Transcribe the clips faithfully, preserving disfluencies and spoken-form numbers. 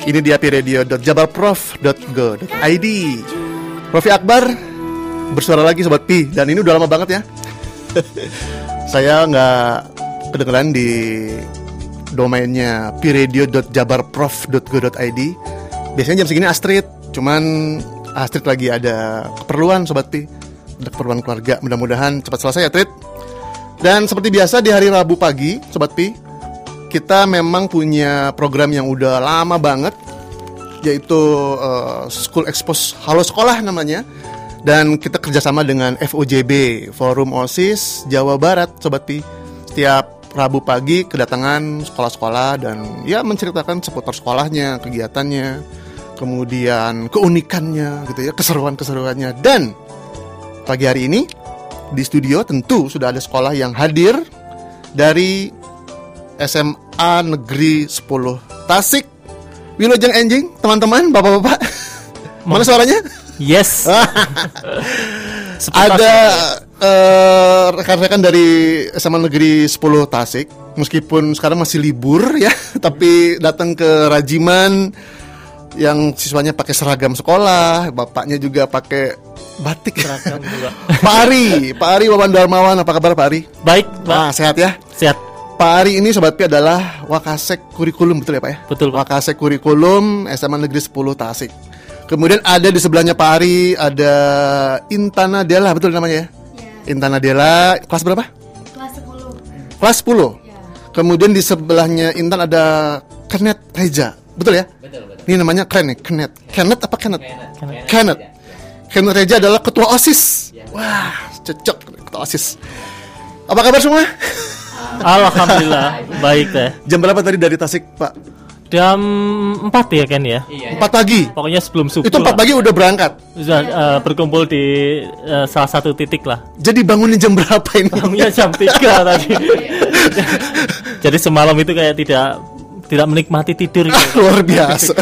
Ini dia piradio dot jabarprof dot go dot i d. Profi Akbar bersuara lagi Sobat Pi. Dan ini udah lama banget ya. Saya gak kedengeran di domainnya piradio dot jabarprof dot go dot i d. Biasanya jam segini Astrid. Cuman Astrid lagi ada keperluan Sobat Pi. Ada keperluan keluarga. Mudah-mudahan cepat selesai ya Astrid. Dan seperti biasa di hari Rabu pagi Sobat Pi, kita memang punya program yang udah lama banget, yaitu uh, School Expose Halo Sekolah namanya. Dan kita kerjasama dengan F O J B, Forum OSIS Jawa Barat Sobat Pi. Setiap Rabu pagi kedatangan sekolah-sekolah dan ya menceritakan seputar sekolahnya, kegiatannya, kemudian keunikannya gitu ya, keseruan-keseruannya. Dan pagi hari ini di studio tentu sudah ada sekolah yang hadir dari S M A Negeri sepuluh Tasik. Wilujeng Enjing, teman-teman, bapak-bapak. Mana suaranya? Yes. Ada uh, rekan-rekan dari S M A Negeri sepuluh Tasik. Meskipun sekarang masih libur ya, tapi datang ke Rajiman yang siswanya pakai seragam sekolah, bapaknya juga pakai batik seragam juga. Pak Ari, Pak Ari Wawan Darmawan, apa kabar Pak Ari? Baik, Pak. Ah, sehat ya? Sehat. Pak Ari ini Sobat Pi adalah Wakasek Kurikulum, betul ya Pak ya? Betul Pak. Wakasek Kurikulum S M A Negeri sepuluh Tasik. Kemudian ada di sebelahnya Pak Ari ada Intana Dela, betul namanya ya? Ya. Intana Dela, kelas berapa? Kelas sepuluh. Kelas sepuluh? Ya. Kemudian di sebelahnya Intan ada Kenet Reja, betul ya? Betul, betul. Ini namanya keren nih, Kenet. Kenet apa Kenet? Kenet. Kenet. Kenet Reja adalah ketua OSIS. Ya. Wah, cocok ketua OSIS. Apa kabar semua? Alhamdulillah, baik ya. Jam berapa tadi dari Tasik, Pak? Jam empat ya Ken ya? empat pagi? Pokoknya sebelum subuh. Itu empat pagi udah berangkat? Sudah uh, berkumpul di uh, salah satu titik lah. Jadi bangunnya jam berapa ini? Bangunnya jam tiga tadi. Jadi semalam itu kayak tidak tidak menikmati tidur gitu. Luar biasa.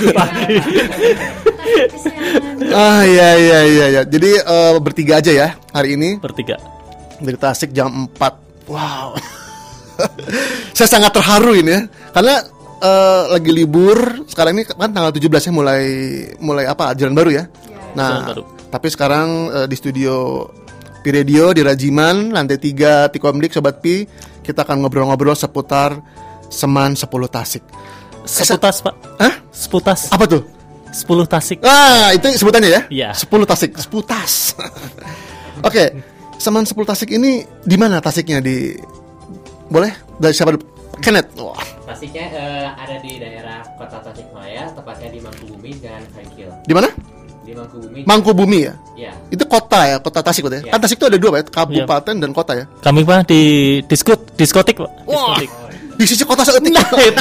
Ah iya iya iya ya. Jadi uh, bertiga aja ya hari ini. Bertiga. Dari Tasik jam empat. Wow. Saya sangat terharu ini ya. Karena uh, lagi libur. Sekarang ini kan tanggal tujuh belas ya mulai mulai apa? Ajaran baru ya. Nah, baru. Tapi sekarang uh, di studio Piradio di Rajiman lantai tiga Tikomdik Sobat Pi, kita akan ngobrol-ngobrol seputar Seman sepuluh Tasik. Seputas, Pak. Hah? Seputas. Apa tuh? sepuluh Tasik. Ah, itu sebutannya ya? Iya. sepuluh Tasik, Seputas. Oke. Okay. Seman sepuluh Tasik ini di mana Tasiknya di boleh dari siapa? Kenet. Wah. Tasiknya uh, ada di daerah Kota Tasikmalaya, tepatnya di Mangkubumi dan Kaikil. Di mana? Di Mangkubumi. Mangkubumi ya? Iya. Itu kota ya, kota Tasik ya? Ya. Kan Tasik itu ada dua Pak, ya? Kabupaten ya. Dan kota ya? Kami Pak di diskot, diskotik Pak. Diskotik. Wah. Di sisi kota seetik.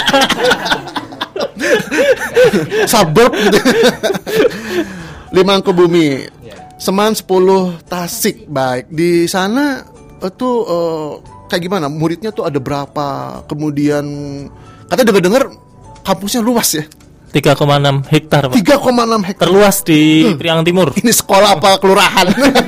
Suburb gitu. Di Mangkubumi. Ya. Seman sepuluh Tasik. Baik. Di sana itu uh, kayak gimana? Muridnya tuh ada berapa? Kemudian katanya dengar-dengar kampusnya luas ya? tiga koma enam hektar Pak. tiga koma enam hektar. Terluas di hmm. Priangan Timur. Ini sekolah apa kelurahan?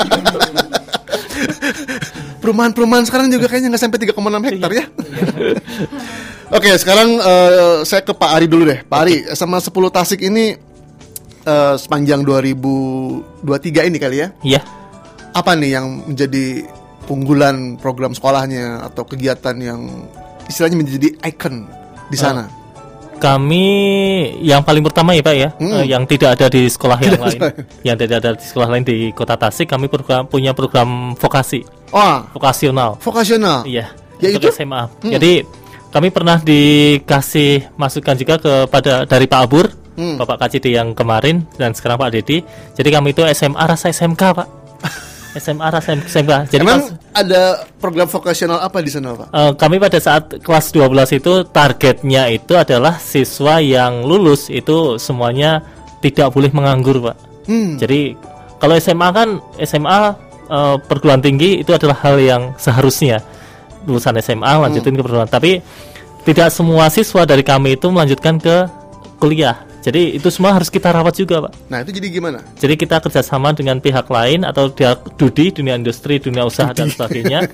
Perumahan-perumahan sekarang juga kayaknya nggak sampai tiga koma enam hektar ya. Oke, sekarang uh, saya ke Pak Ari dulu deh. Pak Ari, sama sepuluh Tasik ini uh, sepanjang dua ribu dua puluh tiga ini kali ya? Iya. Apa nih yang menjadi unggulan program sekolahnya atau kegiatan yang istilahnya menjadi ikon di sana? Uh, kami yang paling pertama ya Pak ya, hmm. uh, yang tidak ada di sekolah yang lain, yang tidak ada di sekolah lain di Kota Tasik, kami program, punya program vokasi, oh, vokasional. Vokasional. Iya. Yaitu S M A. Hmm. Jadi kami pernah dikasih masukan juga kepada dari Pak Abur, hmm. Bapak K C D yang kemarin dan sekarang Pak Dedi. Jadi kami itu S M A rasa S M K Pak. S M A rasa S M K. Jadi emang pas, ada program vokasional apa di sana Pak? Uh, kami pada saat kelas dua belas itu targetnya itu adalah siswa yang lulus itu semuanya tidak boleh menganggur Pak. Hmm. Jadi kalau S M A kan S M A uh, perguruan tinggi itu adalah hal yang seharusnya lulusan S M A lanjutin hmm. ke perguruan. Tapi tidak semua siswa dari kami itu melanjutkan ke kuliah. Jadi itu semua harus kita rawat juga, Pak. Nah itu jadi gimana? Jadi kita kerjasama dengan pihak lain atau dia Dudi, dunia industri, dunia usaha dan sebagainya.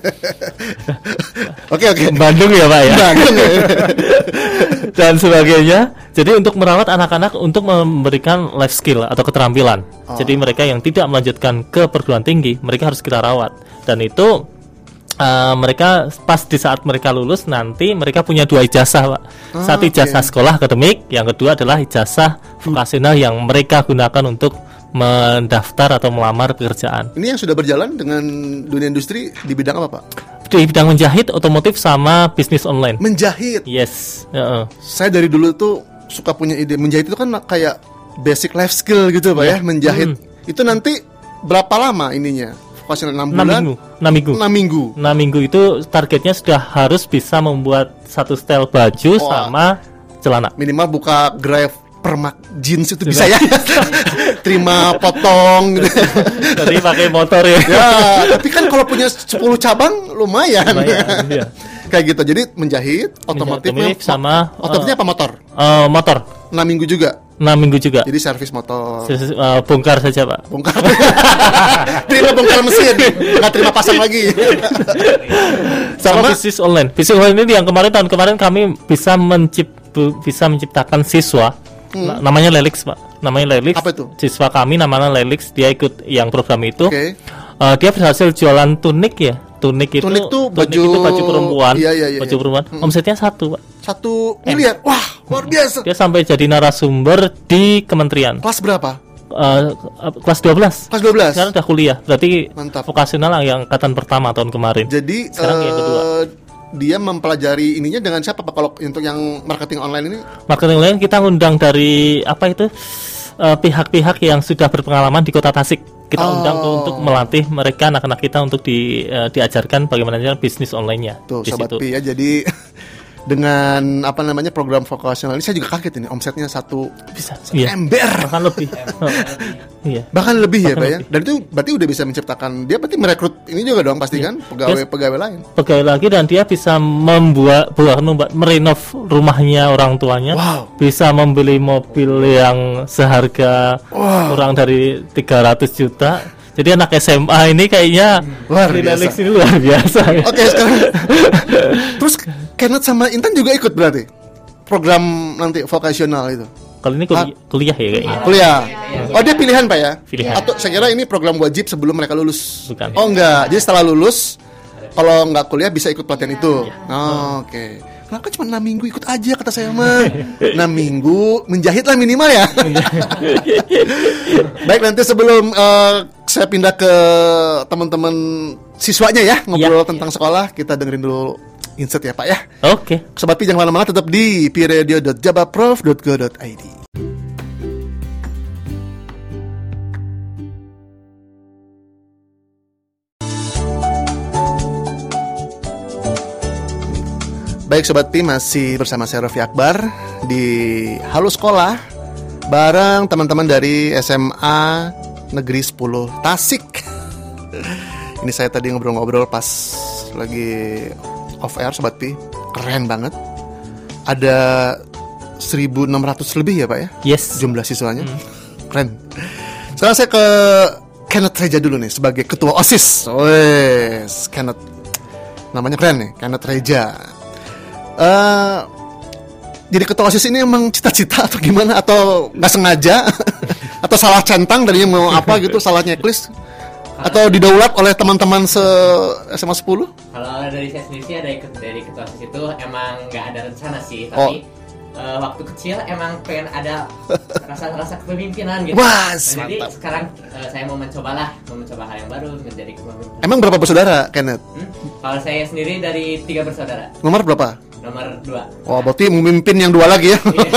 Oke oke. Bandung ya, Pak ya. Bandung ya. Dan sebagainya. Jadi untuk merawat anak-anak untuk memberikan life skill atau keterampilan. Oh. Jadi mereka yang tidak melanjutkan ke perguruan tinggi, mereka harus kita rawat. Dan itu Uh, mereka pas di saat mereka lulus nanti mereka punya dua ijazah, Pak. Ah, Satu ijazah okay. sekolah akademik, yang kedua adalah ijazah vokasional yang mereka gunakan untuk mendaftar atau melamar pekerjaan. Ini yang sudah berjalan dengan dunia industri di bidang apa, Pak? Di bidang menjahit, otomotif sama bisnis online. Menjahit. Yes. Uh-uh. Saya dari dulu tuh suka punya ide menjahit itu kan kayak basic life skill gitu, Pak ya, menjahit. Hmm. Itu nanti berapa lama ininya? Vokasional enam bulan, enam minggu. enam minggu. enam minggu. enam minggu itu targetnya sudah harus bisa membuat satu style baju oh. sama celana. Minimal buka grave permak jeans itu bisa ya. Terima potong gitu. Tadi pakai motor ya. Ya, tapi kan kalau punya sepuluh cabang lumayan. Lumayan iya. Kayak gitu. Jadi menjahit, otomotifnya sama otomotifnya apa motor? Uh, motor. enam minggu juga. enam minggu juga. Jadi servis motor. Servis, uh, bongkar saja, Pak. Bongkar. Terima bongkar mesin, nggak terima pasang lagi. Sama, sama bisnis online. Bisnis online ini yang kemarin tahun kemarin kami bisa mencip bisa menciptakan siswa. Hmm. Namanya Lelix, Pak. Namanya Lelix. Apa itu? Siswa kami namanya Lelix, dia ikut yang program itu. Okay. Uh, dia berhasil jualan tunik ya. Tunik itu tunik tuh baju, tunik itu baju perempuan. Iya, iya, iya, baju perempuan. Hmm. Omsetnya satu, Pak. Satu miliar. Eh. Wah, luar biasa. Dia sampai jadi narasumber di kementerian. Kelas berapa? Uh, kelas dua belas. Kelas dua belas. Sekarang udah kuliah. Berarti mantap. Vokasional yang angkatan pertama tahun kemarin. Jadi sekarang uh, yang kedua. Dia mempelajari ininya dengan siapa, Pak? Kalau untuk yang marketing online ini? Marketing online kita ngundang dari apa itu? Uh, pihak-pihak yang sudah berpengalaman di Kota Tasik. Kita oh. undang tuh untuk melatih mereka anak-anak kita untuk di, uh, diajarkan bagaimana bisnis online-nya. Tuh, di Sobat situ. Pi ya. Jadi dengan apa namanya program vokasional ini saya juga kaget ini omsetnya satu bisa iya. ember bahkan lebih. oh, iya. Bahkan lebih bahkan ya, Pak lebih. ya. Dan itu berarti udah bisa menciptakan, dia berarti merekrut ini juga dong pasti iya. kan pegawai-pegawai lain. Pegawai lagi dan dia bisa membuat buat membuat merenov rumahnya orang tuanya. Wow. Bisa membeli mobil yang seharga wow. kurang dari tiga ratus juta. Jadi anak S M A ini kayaknya luar biasa. Ini luar biasa. Ya. Oke, sekarang terus Kenneth sama Intan juga ikut berarti program nanti vokasional itu. Kalau ini kuliah, kuliah ya kayaknya. Kuliah. Oh, dia pilihan, Pak ya? Pilihan. Atau saya kira ini program wajib sebelum mereka lulus. Bukan. Oh, enggak. Jadi setelah lulus kalau nggak kuliah bisa ikut pelatihan itu. Oh, oke. Okay. Kenapa cuma enam minggu, ikut aja kata saya mah. enam minggu menjahit lah minimal ya. Baik, nanti sebelum uh, saya pindah ke teman-teman siswanya ya ngobrol ya, tentang ya. sekolah, kita dengerin dulu insert ya, Pak ya. Oke. Okay. Sobat Pi jangan kemana-mana, tetap di pi radio dot jabarprof dot go dot i d. Baik Sobat Pi, masih bersama saya Raffi Akbar di Halo Sekolah bareng teman-teman dari S M A Negeri sepuluh Tasik. Ini saya tadi ngobrol-ngobrol pas lagi off air Sobat Pi. Keren banget. Ada seribu enam ratus lebih ya Pak ya? Yes. Jumlah siswanya. Hmm. Keren. Sekarang saya ke Kenneth Reja dulu nih sebagai ketua OSIS. Wes, Kenneth. Namanya keren nih, Kenneth Reja. Uh, jadi ketua OSIS ini emang cita-cita atau gimana, atau nggak sengaja atau salah centang dari mau apa gitu, salah checklist atau didaulat oleh teman-teman se S M A sepuluh? Kalau dari saya sendiri sih ada ikut dari ketua OSIS itu emang nggak ada rencana sih, tapi oh. uh, waktu kecil emang pengen ada rasa-rasa kepemimpinan gitu. Wah, nah, jadi sekarang uh, saya mau mencobalah, mau mencoba hal yang baru, menjadi kepemimpinan. Emang berapa bersaudara, Kenneth? Hmm? Kalau saya sendiri dari tiga bersaudara. Nomor berapa? Nomor dua. Oh, berarti memimpin yang dua lagi ya?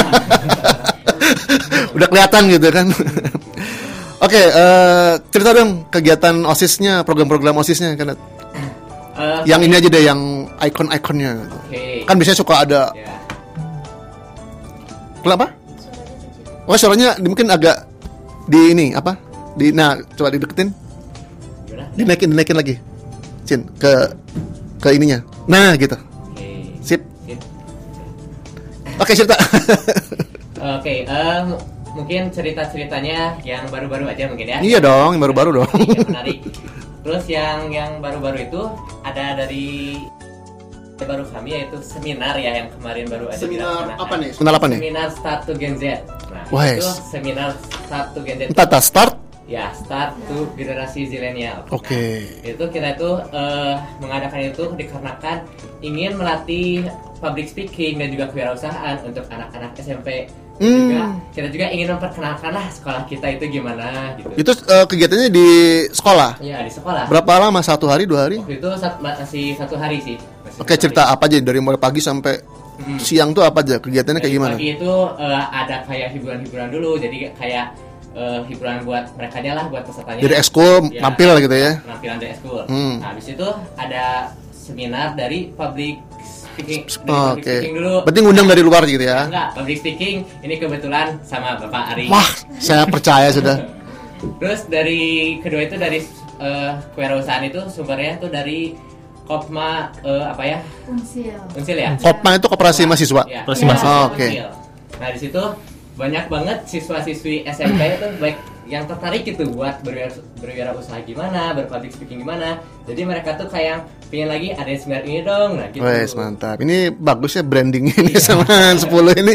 Udah kelihatan gitu kan? Oke, okay, uh, cerita dong kegiatan OSISnya, program-program OSISnya, Kenneth. Uh, yang ini aja deh, yang ikon-ikonnya. Gitu. Okay. Kan biasanya suka ada. Yeah. Kenapa? Oh, suaranya mungkin agak di ini apa? Di, nah, coba dideketin. Dinaikin, dinaikin lagi. Cin, ke ke ininya. Nah, gitu. Okay. Sip. Sip. Oke, okay, cerita. Uh, Oke, eh, mungkin cerita-ceritanya yang baru-baru aja mungkin ya. Iya dong, yang baru-baru dong. Yang menarik. Terus yang yang baru-baru itu ada dari baru kami yaitu seminar ya yang kemarin baru ada Seminar dilaksanakan. apa nih? Seminar apa nih? Seminar Start to Gen Z. Nah, Wes. itu seminar Start to Gen Z. Entah tak start. Ya, Start to generasi zilenial. Oke. Nah, itu kita itu eh, mengadakan itu dikarenakan ingin melatih public speaking dan juga kewirausahaan untuk anak-anak S M P. Hmm. Juga kita juga ingin memperkenalkan lah sekolah kita itu gimana gitu. Itu uh, kegiatannya di sekolah. Ya di sekolah. Berapa lama? Satu hari, dua hari? Waktu itu sat- masih satu hari sih. Masih Oke, satu cerita hari. apa aja dari mulai pagi sampai Hmm. siang tuh apa aja? Kegiatannya kayak Dari gimana? Pagi itu eh, ada kayak hiburan-hiburan dulu, jadi kayak eh, hiburan buat mereka aja lah, buat pesertanya. Dari ekskul Ya, tampil gitu ya. Penampilan dari ekskul. Hmm. Nah, habis itu ada seminar dari public speaking. Dari Oh, public Oke. speaking dulu. Berarti ngundang dari luar gitu ya. Enggak, public speaking ini kebetulan sama Bapak Ari. Wah, saya percaya sudah. Terus dari kedua itu dari eh, kewirausahaan itu sumbernya itu dari Kopma eh, apa ya? Unsil. Unsil ya? Kopma itu koperasi mahasiswa. Ya, Koperasi ya, mahasiswa. Oh, oke. Unsil. Nah di situ banyak banget siswa-siswi S M P itu baik yang tertarik gitu buat berwira, berwirausaha gimana, berpublic speaking gimana. Jadi mereka tuh kayak pengen lagi ada seminar ini dong, nah gitu. Wes, mantap. Ini bagus ya branding ini Iya. sama sepuluh ini.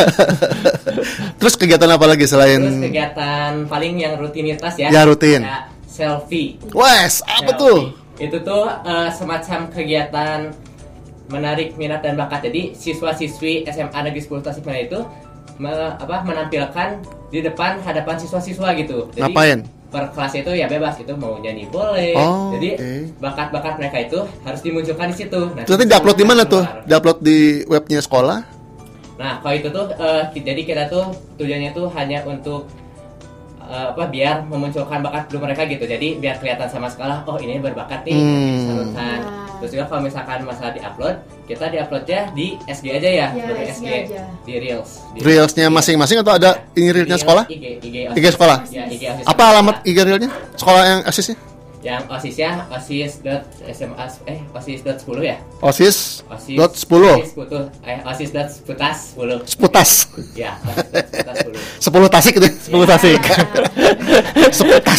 Terus kegiatan apa lagi selain Terus kegiatan paling yang rutinitas ya. Ya, rutin. Kayak selfie. Wes, apa Selfie. tuh? Itu tuh eh, semacam kegiatan menarik minat dan bakat. Jadi siswa-siswi S M A Negeri sepuluh Tasikmalaya itu me- apa menampilkan di depan hadapan siswa-siswa gitu. Jadi, Ngapain? Per kelas itu ya bebas, itu mau nyanyi boleh. Oh, Jadi oke. bakat-bakat mereka itu harus dimunculkan di situ. Nah, Terus nanti itu diupload di mana tuh? keluar. Diupload di webnya sekolah? Nah, kalau itu tuh eh, ki- jadi kita tuh tujuannya tuh hanya untuk eh, apa biar memunculkan bakat dulu mereka gitu. Jadi biar kelihatan sama sekolah, oh ini berbakat nih, Hmm. disalurkan. Ya. Terus juga kalau misalkan masalah di-upload, kita di-uploadnya di S G aja ya, Ya, sebagai S G S G, aja. di Reels. Di Reelsnya masing-masing atau ada ini reelsnya Reels, sekolah? I G, I G, I G sekolah? Ya, I G OSIS Apa sekolah. alamat I G reelnya? Sekolah yang asisnya? Yang OSISnya osis dot sma eh osis dot sepuluh ya? Osis Osis dot sepuluh Osis putu, eh osis dot putas sepuluh. Seputas Ya, osis dot putas sepuluh. sepuluh tasik gitu. sepuluh tasik. Seputas.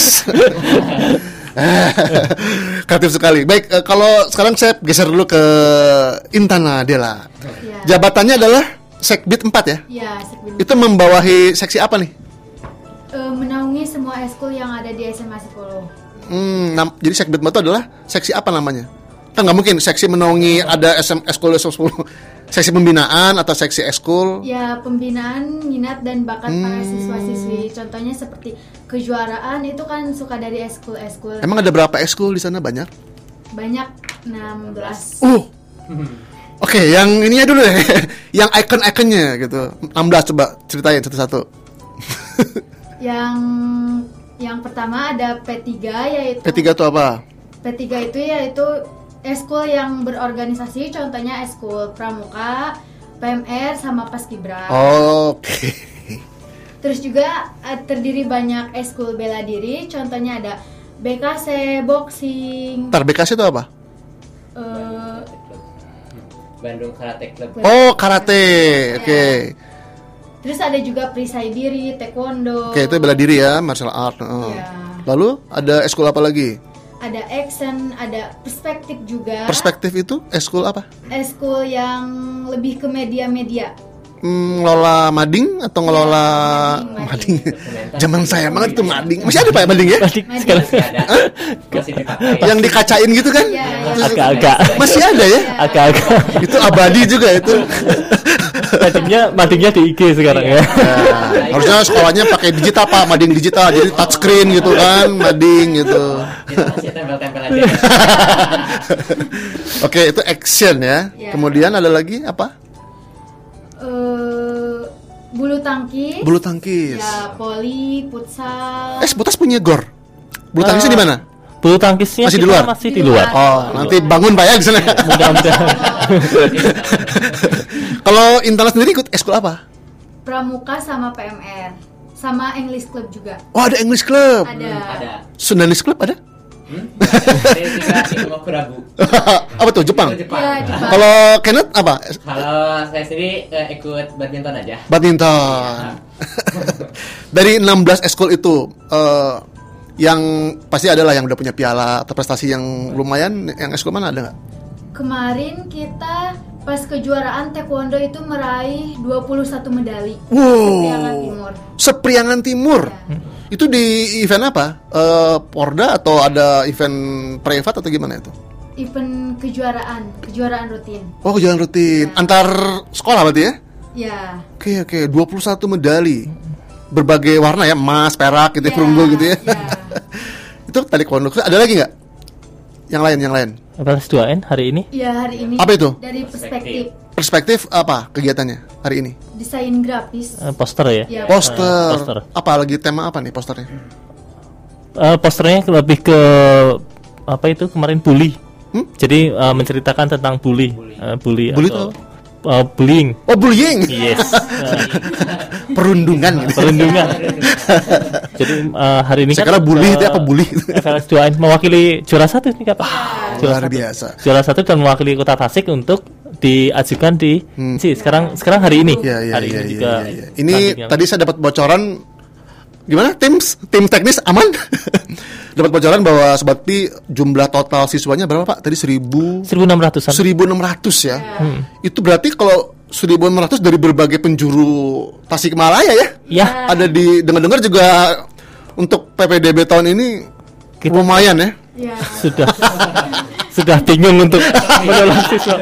Kreatif sekali. Baik, eh, kalau sekarang saya geser dulu ke Intana Dela. Ya. Jabatannya adalah Sekbid empat ya? Ya, Sekbid. Itu membawahi seksi apa nih? Eh, menaungi semua eskul yang ada di S M A sepuluh. Hmm, nam- jadi Sekbid empat itu adalah seksi apa namanya? Kan nggak mungkin seksi menaungi ada S M Eskul sepuluh. Seksi pembinaan atau seksi eskul? Ya, pembinaan minat dan bakat para Hmm. siswa-siswi. Contohnya seperti kejuaraan itu kan suka dari eskul-eskul. Emang ada berapa eskul di sana? Banyak? Banyak enam belas. Uh. Oke, yang ininya dulu ya. Yang icon-iconnya gitu. enam belas coba ceritain satu-satu. Yang yang pertama ada P tiga yaitu P tiga itu apa? P tiga itu yaitu eskul yang berorganisasi, contohnya eskul pramuka, P M R sama Paskibra. Oke. Terus juga eh, terdiri banyak eskul bela diri, contohnya ada B K C boxing. Ntar B K C itu apa? eh, Bandung Karate Club. Oh, karate. Oke. Terus ada juga perisai diri, taekwondo. Oke, itu bela diri ya, martial art. Oh. Iya. Lalu ada eskul apa lagi? Ada action, ada perspektif juga. Perspektif itu eskul apa? Eskul yang lebih ke media-media. Hmm, ngelola mading atau ngelola mading, mading? mading. Zaman saya banget itu mading. Masih ada Pak ya mading ya? Tadi sekarang Masih ada. Masih dipakai. Yang dikacain gitu kan? Iya, iya. Terus- agak-agak Masih ada ya? agak-agak Itu abadi juga itu. madingnya madingnya di I G sekarang ya. Nah, harusnya sekolahnya pakai digital Pak, mading digital. Jadi touchscreen gitu kan, mading gitu. Itu masih tempel-tempel aja. Oke, itu action ya. Ya. Kemudian ada lagi apa? eh bulu tangkis. Bulu tangkis. Ya, poli, futsal. Eh, Butas punya gor. Bulu tangkisnya di mana? Bulu tangkisnya Masih di kita luar? masih di Di luar. luar. Oh, nanti bangun Pak ya di sana. Mudah-mudahan. Kalau Intana sendiri ikut eskul apa? Pramuka sama P M R. Sama English Club juga. Oh, ada English Club. Ada. Ada. Sundanese Club ada? Hmm? Saya juga di Kokurabu. Apa tuh, Jepang? Itu Jepang. Iya, Jepang. Kalau Kenneth apa? Kalau saya sendiri eh, ikut badminton aja. Badminton. Dari enam belas eskul itu eh, yang pasti adalah yang udah punya piala atau prestasi yang lumayan. Yang eskul mana, ada nggak? Kemarin kita pas kejuaraan taekwondo itu meraih dua puluh satu medali. Wow. Priangan Timur. Sepriangan Timur. Ya. Itu di event apa? Eh, Porda atau ada event privat atau gimana itu? Event kejuaraan, kejuaraan rutin. Oh, kejuaraan rutin. Ya. Antar sekolah berarti ya? Ya. Oke, oke. dua puluh satu medali. Berbagai warna ya, emas, perak gitu, Ya, perunggu gitu ya. ya. Itu taekwondo. Ada lagi nggak? Yang lain, yang lain. F L S dua N hari ini Ya, hari ini. Apa itu? Dari perspektif Perspektif apa kegiatannya hari ini? desain grafis. eh, poster ya. Ya. Poster. Eh, poster. Apa lagi, tema apa nih posternya? Eh, posternya lebih ke apa itu kemarin bully. Hmm? Jadi eh, menceritakan tentang bully, Eh, bully, Bully atau itu eh, bullying. Oh, bullying. Yes. Eh, Perundungan gitu. perundungan. Jadi eh, hari ini Saya kira bully eh, itu apa bully? F L S dua N mewakili juara satu nih Kak. Juara Luar satu. biasa. Juara satu dan mewakili Kota Tasik untuk diajukan di Hmm. sih sekarang sekarang hari ini. Iya, iya, hari iya, ini iya, juga. iya, iya. Ini tandingnya. tadi saya dapat bocoran. Gimana? Tim tim teknis aman? Dapat bocoran bahwa Sobat Pi jumlah total siswanya berapa, Pak? Tadi seribu seribu enam ratusan. seribu enam ratus ya. Hmm. Itu berarti kalau seribu enam ratus dari berbagai penjuru Tasikmalaya ya. Ya, Ada di dengar-dengar juga untuk P P D B tahun ini Kita- lumayan ya. Ya. sudah sudah bingung untuk menolong siswa.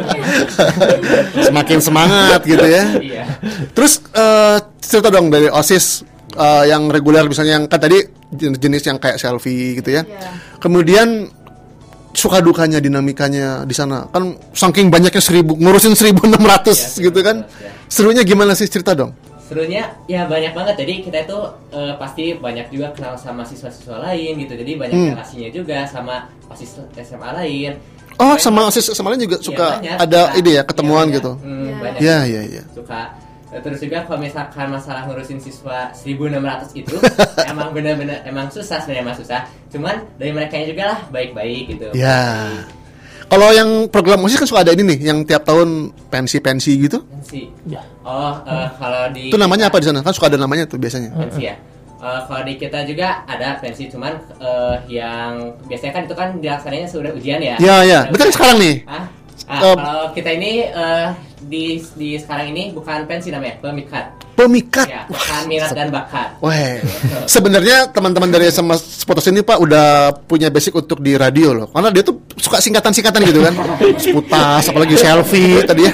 Semakin semangat gitu ya. Iya. Terus eh, cerita dong dari OSIS eh, yang reguler, misalnya yang kan tadi jenis-jenis yang kayak selfie gitu ya. Ya. Kemudian suka dukanya, dinamikanya di sana kan saking banyaknya seribu ngurusin seribu enam ratus Ya, gitu kan. ya. Serunya gimana sih, cerita dong? Serunya ya banyak banget. Jadi kita itu eh, pasti banyak juga kenal sama siswa-siswa lain gitu. Jadi banyak Hmm. relasinya juga sama OSIS S M A lain. Oh, Banyak- sama OSIS sama lain juga Iya, suka banyak. ada Suka. ide ya, ketemuan Iya, gitu. banyak. Hmm, Ya. banyak. Ya, ya, ya. Suka. Eh, Terus juga kalau misalkan masalah ngurusin siswa seribu enam ratus itu emang bener-bener emang susah sebenarnya, emang susah. Cuman dari mereka juga lah baik-baik gitu. Ya. Kalau yang program OSIS kan suka ada ini nih, yang tiap tahun pensi-pensi gitu. Pensi. Ya. Oh, eh, kalau di Itu namanya apa di sana? Kan suka ada namanya tuh biasanya. pensi ya. Eh, kalau di kita juga ada pensi, cuman eh, yang biasanya kan itu kan dilaksananya sudah ujian ya. Ya, ya. Sudah Betul ujian. sekarang nih. Ah, ah, Eh, kalau kita ini eh, di di sekarang ini bukan pensi namanya, pemikat. Pemikat. Ya, bukan minat dan bakat. Wah, sebenarnya teman-teman dari S M A Spotos ini Pak udah punya basic untuk di radio loh. Karena dia tuh suka singkatan-singkatan gitu kan. Sputas, apalagi selfie tadi ya.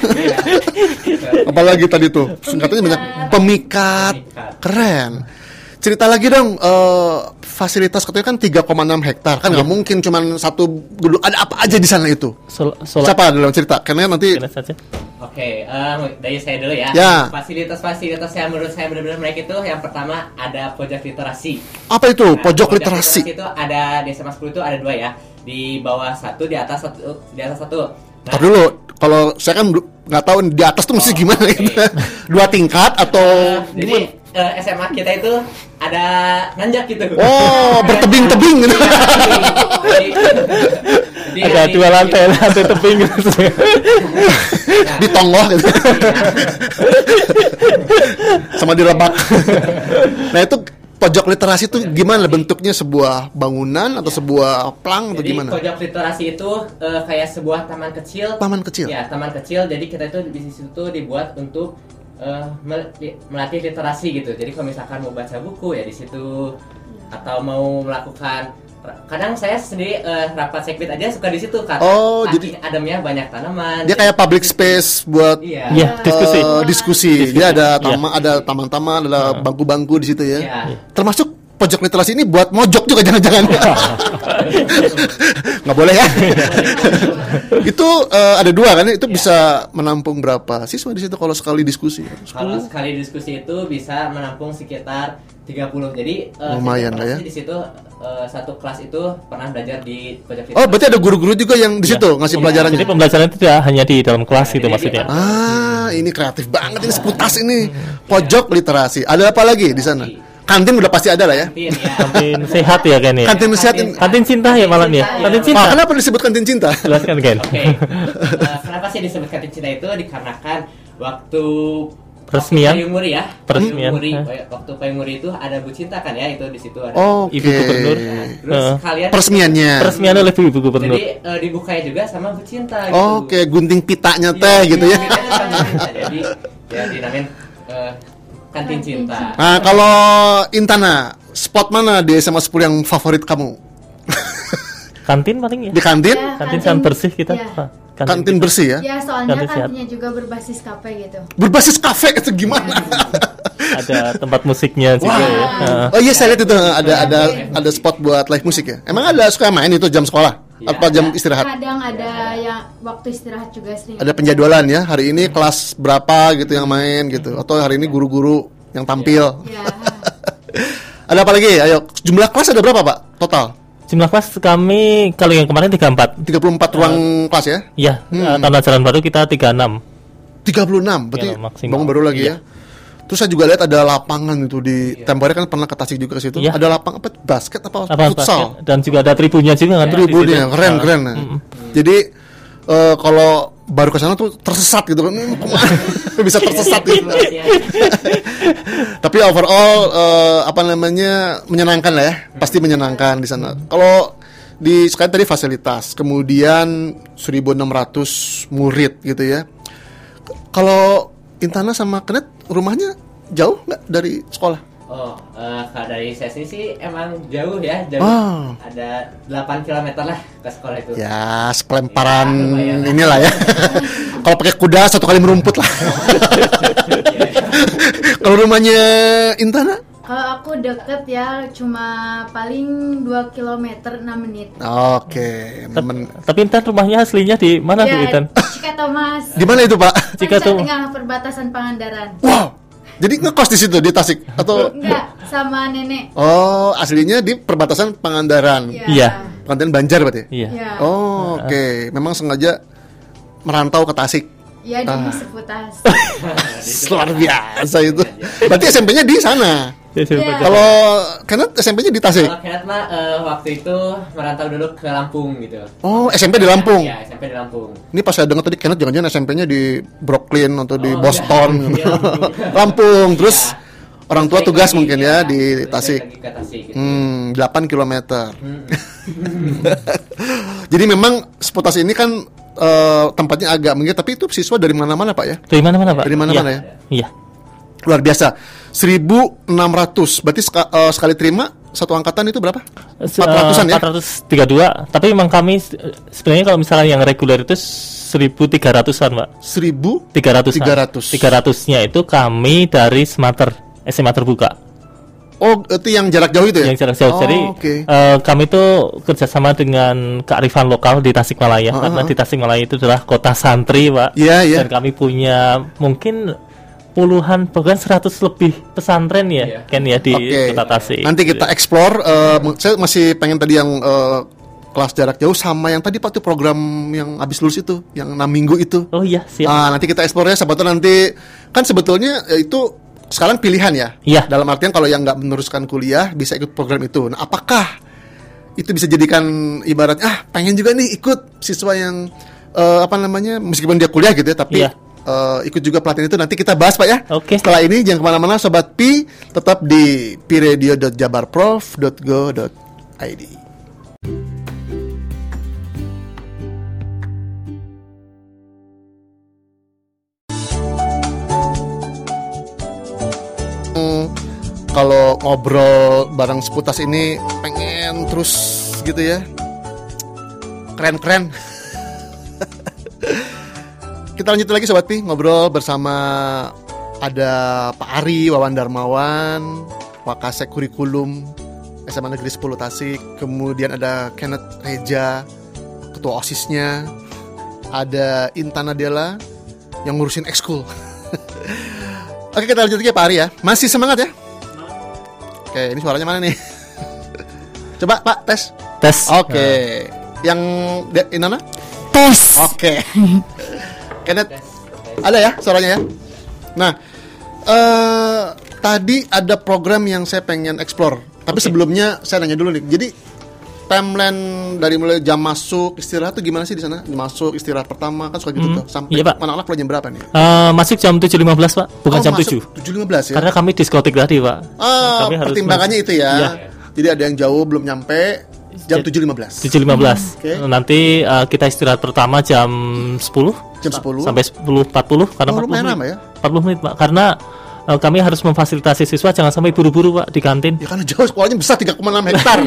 Apalagi tadi tuh singkatannya banyak. Pemikat. Pemikat. Keren. Cerita lagi dong, eh, fasilitas katanya kan tiga koma enam hektar. Kan nggak mungkin cuman satu gedung. Ada apa aja di sana itu? Sol- solat Siapa dalam cerita? Karena nanti Kena saja. Oke, eh, dari saya dulu ya. Ya. Fasilitas-fasilitas yang menurut saya benar-benar menarik itu yang pertama ada pojok literasi. apa itu? Nah, Pojok literasi. itu ada di S M A sepuluh itu ada dua ya. Di bawah satu, di atas satu, di atas satu. Nah, Ntar dulu, kalau saya kan nggak tahu di atas tuh mesti Oh, gimana oke. gitu. Dua tingkat atau eh, jadi eh, S M A kita itu ada nanjak gitu. Oh, bertebing-tebing gitu. Jadi- jadi Ada ini- dua lantai, lantai tebing gitu. Nah, Di tongoh gitu. Sama di lebak. Nah, itu pojok literasi itu gimana bentuknya, sebuah bangunan atau sebuah plang atau Jadi gimana? pojok literasi itu eh, kayak sebuah taman kecil. Taman kecil. Ya, taman kecil. Jadi kita itu di situ dibuat untuk eh, mel- li- melatih literasi gitu. Jadi kalau misalkan mau baca buku ya di situ, atau mau melakukan, kadang saya sendiri eh, rapat sekbid aja suka di situ karena Oh, saking jadi- ademnya banyak tanaman. Dia kayak public space buat Iya. Iya, diskusi. eh, diskusi. Dia ada Iya. taman, ada taman-taman, ada bangku-bangku di situ ya. Iya. Termasuk pojok literasi ini buat mojok juga jangan-jangan. Nggak boleh ya. Itu eh, ada dua kan? Itu Iya. bisa menampung berapa siswa di situ kalau sekali diskusi? Kalau sekali diskusi itu bisa menampung sekitar tiga puluh. Jadi eh, Lumayan setiap lah ya. kelas Di situ eh, satu kelas itu pernah belajar di pojok literasi. Oh, berarti ada guru-guru juga yang di situ ngasih Iya. pelajaran. Jadi pembelajaran itu tidak hanya di dalam kelas Nah, gitu jadi maksudnya. di- Ah, ini kreatif banget ini, seputas ini. Pojok literasi. Ada apa lagi di sana? Kantin udah pasti ada lah ya. Kantin ya. Kantin sehat ya kan ya. Kantin sehat. Kantin- Kantin cinta ya malam ya. Kantin Kantin cinta. Ah, cinta. kenapa disebut kantin cinta? Jelaskan Ken. Oke. Eh, kenapa sih disebut kantin cinta itu? Dikarenakan waktu Peresmian. Payung Muri ya. Peresmian. Payung Muri, Hah? waktu Payung Muri itu ada Bu Cinta kan ya, itu di situ ada. Oke. Ibu Gubernur. Nah, terus Heeh. kalian Peresmiannya. Peresmian oleh Ibu Gubernur. jadi eh, dibukanya juga sama Bu Cinta gitu. Oke, gunting pitanya Iya, teh gitu ya. iya, sama Bu Cinta. Jadi ya dinamain eh, kantin cinta. Nah, kalau Intana, spot mana di S M A sepuluh yang favorit kamu? Kantin paling ya. Di kantin? Ya, Kantin sangat bersih kita. Ya. Ah, Kantin kita. bersih ya? Ya soalnya Kantin sehat. kantinnya juga berbasis kafe gitu. Berbasis kafe itu gimana? Ada tempat musiknya juga ya. Ah. Oh iya, saya lihat itu ada ada ada spot buat live musik ya. Emang ada suka main itu jam sekolah Iya, apa jam ada. istirahat? Kadang ada yang waktu istirahat juga sering. Ada penjadwalan ya. Hari ini kelas berapa gitu yang main gitu. Atau hari ini guru-guru yang tampil. Ya. Ada apa lagi? Ayo, jumlah kelas ada berapa, Pak? Total? Jumlah kelas kami kalau yang kemarin tiga puluh empat. tiga puluh empat ruang kelas ya? Iya, eh, tahun ajaran baru kita tiga puluh enam. tiga puluh enam, berarti Ya, maksimal. bangun baru lagi Iya. ya. Terus saya juga lihat ada lapangan itu di tempornya kan pernah ke Tasik juga ke situ. Iya. Ada lapang apa? Basket apa? Apa futsal? basket, dan juga ada tribunnya juga kan. di Tribunnya situ. keren Ah. keren. Nah. Jadi eh, kalau baru ke sana tuh tersesat gitu kan. Hmm, kemana? Bisa tersesat gitu. Tapi overall eh, apa namanya menyenangkan lah ya. Pasti menyenangkan di sana. Kalau di sekarang tadi fasilitas, kemudian seribu enam ratus murid gitu ya. Kalau Intana sama Kenneth rumahnya jauh nggak dari sekolah? Oh, eh, kalau dari saya sini sih emang jauh ya, jauh. Ah. Ada delapan kilometer lah ke sekolah itu. Ya, sekelemparan Ya, lumayan. inilah ya. Kalau pakai kuda satu kali merumput lah. Kalau rumahnya Intana? Kalau aku deket ya cuma paling dua kilometer enam menit. Oke, Tep- men- Tapi Intan rumahnya aslinya di mana tuh Intan? Ya, Cikatomas. di mana itu Pak? Cikatomas. Tengah perbatasan Pangandaran. Wow, jadi ngekos di situ di Tasik atau? Enggak, sama nenek. Oh, aslinya di perbatasan Pangandaran. Ya. Iya. Pangandaran Banjar berarti? Iya. Ya. Oh, oke. Memang sengaja merantau ke Tasik. Ya di Ah. Seputas. Luar biasa itu. Berarti S M P-nya di sana. Ya, siapa Iya. tahu. Kalau Kenneth S M P-nya di Tasik. Kalau Kenneth mah eh, waktu itu merantau dulu ke Lampung gitu. Oh, S M P di Lampung. Ya, S M P di Lampung. Ini pas saya dengar tadi Kenneth jangan-jangan S M P-nya di Brooklyn atau di Oh, Boston. enggak. Iya, Lampung. Lampung. Terus Ya. orang tua Terus tugas lagi, mungkin ya di terus Tasik. lagi ke Tasik gitu. Hmm, delapan kilometer. Hmm. Jadi memang Seputas ini kan eh, tempatnya agak mungkin, tapi itu siswa dari mana-mana Pak ya? Dari mana-mana, Pak? Dari mana-mana Iya. ya? Iya. Luar biasa. seribu enam ratus. Berarti seka- eh, sekali terima satu angkatan itu berapa? empat ratusan ya? empat ratus tiga puluh dua. Tapi memang kami se- sebenarnya kalau misalnya yang reguler itu seribu tiga ratusan, Pak. seribu tiga ratus. tiga ratus. tiga ratus-nya itu kami dari Semater, S M A terbuka. Oh, itu yang jarak jauh itu ya? Yang jarak jauh. Oh, Jadi oke. eh, kami tuh kerjasama dengan kearifan lokal di Tasikmalaya. Ah, Karena ah. di Tasikmalaya itu adalah kota santri, Pak. Iya, iya. Dan kami punya mungkin puluhan, bahkan seratus lebih pesantren ya, Iya. kan ya di Oke. kota Tasik. Nanti kita explore. eh, m- saya masih pengen tadi yang eh, kelas jarak jauh sama yang tadi Pak tuh program yang habis lulus itu, yang enam minggu itu. Oh iya, siap. Ah, nanti kita explore ya. Sebetulnya nanti kan sebetulnya eh, itu sekarang pilihan ya. Iya. Dalam artian kalau yang nggak meneruskan kuliah bisa ikut program itu. Nah, apakah itu bisa jadikan ibaratnya ah pengen juga nih ikut siswa yang eh, apa namanya meskipun dia kuliah gitu ya, tapi Iya. eh, ikut juga pelatihan itu nanti kita bahas Pak ya. Oke. Setelah ini jangan kemana-mana Sobat Pi, tetap di pi radio dot jabarprof dot go dot i d. Hmm, kalau ngobrol bareng Seputas ini pengen terus gitu ya, keren-keren. Kita lanjut lagi Sobat Pi, ngobrol bersama ada Pak Ari Wawan Darmawan, Wakasek Kurikulum S M A Negeri sepuluh Tasik. Kemudian ada Kenneth Reja, Ketua OSISnya. Ada Intan Adela yang ngurusin ekskul. Oke, kita lanjut lagi Pak Ari ya. Masih semangat ya? Oke, ini suaranya mana nih? Coba Pak, tes. Tes. Oke. Yang de- Inana? Tes. Oke. Kenneth, ada ya suaranya ya? Nah, eh tadi ada program yang saya pengen explore. Tapi Oke. sebelumnya saya nanya dulu nih. Jadi timeline dari mulai jam masuk istirahat tuh gimana sih di sana? Masuk istirahat pertama kan suka gitu Hmm, tuh. Sampai iya, Pak. anak-anak pulang jam berapa nih? Uh, masuk jam tujuh lima belas Pak, bukan Oh, jam masuk tujuh. tujuh lima belas ya. Karena kami diskotik tadi Pak. Ah, Kami harus pertimbangannya mas- itu ya. Iya. Jadi ada yang jauh belum nyampe jam tujuh lima belas. tujuh lima belas. Oke. Nanti uh, kita istirahat pertama jam sepuluh Jam sepuluh. sampai sepuluh empat puluh karena Oh, empat puluh lumayan menit. lama ya. empat puluh menit Pak. Karena uh, kami harus memfasilitasi siswa jangan sampai buru-buru Pak di kantin. Ya karena jauh sekolahnya besar tiga koma enam hektar.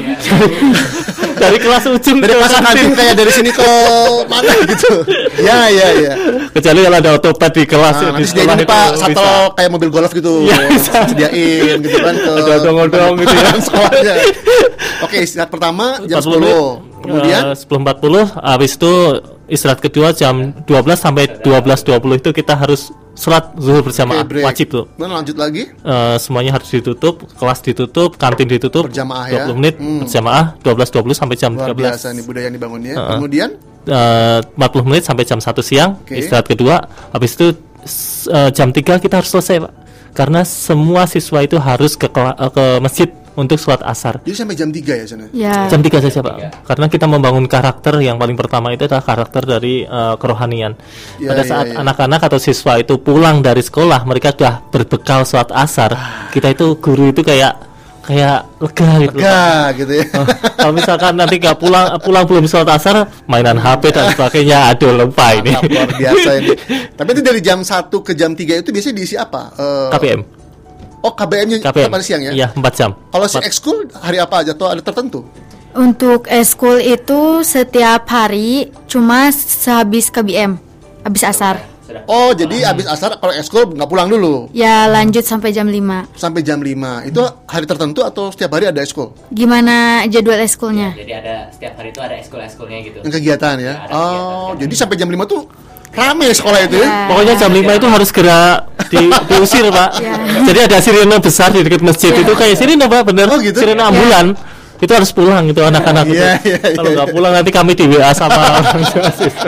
Dari kelas ujung Dari ke pasar kantin kayak dari sini ke mana gitu. Ya ya ya. Kecuali kalau ada otopet di kelas Nah, ya, di nanti sediain sekolah ini itu Pak bisa. shuttle kayak mobil golf gitu. Iya, bisa. Sediain gitu kan ke Ada odong-odong gitu ya. sekolahnya. Oke, istirahat pertama jam empat puluh sepuluh. menit. Kemudian Eh, sepuluh empat puluh habis itu istirahat kedua jam dua belas sampai dua belas dua puluh itu kita harus sholat zuhur berjamaah, oke, break. wajib tuh. Nah, lanjut lagi. Eh, semuanya harus ditutup, kelas ditutup, kantin ditutup, Berjamaah dua ya. puluh menit Hmm. berjamaah dua belas dua puluh sampai jam Luar tiga belas. biasa nih budaya yang dibangunnya. Uh-uh. Kemudian Eh, empat puluh menit sampai jam satu siang Oke. istirahat kedua. Habis itu s- eh, jam tiga kita harus selesai, Pak. Karena semua siswa itu harus ke kela- eh, ke masjid untuk sholat asar. jadi sampai jam tiga ya sana. Ya. Jam tiga saja Pak, karena kita membangun karakter yang paling pertama itu adalah karakter dari eh, kerohanian. Ya, Pada ya, saat ya. anak-anak atau siswa itu pulang dari sekolah, mereka sudah berbekal sholat asar. Kita itu guru itu kayak kayak lega gitu. Pak. Lega gitu ya. Oh, kalau misalkan nanti nggak pulang pulang belum sholat asar, mainan H P dan sebagainya, aduh lupa ini. Mantap, luar biasa ini. Tapi itu dari jam satu ke jam tiga itu biasanya diisi apa? Eh, K P M, Oh, K B M-nya K P M. pada siang ya? Iya, empat jam. Kalau si Empat- ekskul hari apa aja atau ada tertentu? Untuk eskul itu setiap hari cuma sehabis K B M, habis asar. Sudah. Oh, jadi abis asar kalau ekskul nggak pulang dulu Ya lanjut sampai jam lima. sampai jam lima. Itu hari tertentu atau setiap hari ada ekskul? Gimana jadwal eskulnya? Jadi ada setiap hari itu ada ekskul-ekskulnya gitu. Yang kegiatan ya? Ya, ada Oh, kegiatan. jadi sampai jam lima tuh rame sekolah itu ya? Ya. Pokoknya jam lima itu harus segera di, diusir Pak. Ya. Jadi ada sirene besar di dekat masjid itu kayak sirene Pak, bener. Oh, gitu? Sirene ambulan. Itu harus pulang itu anak-anak itu. Iya, iya, Kalau iya, nggak iya. pulang nanti kami di W A sama orang tua siswa.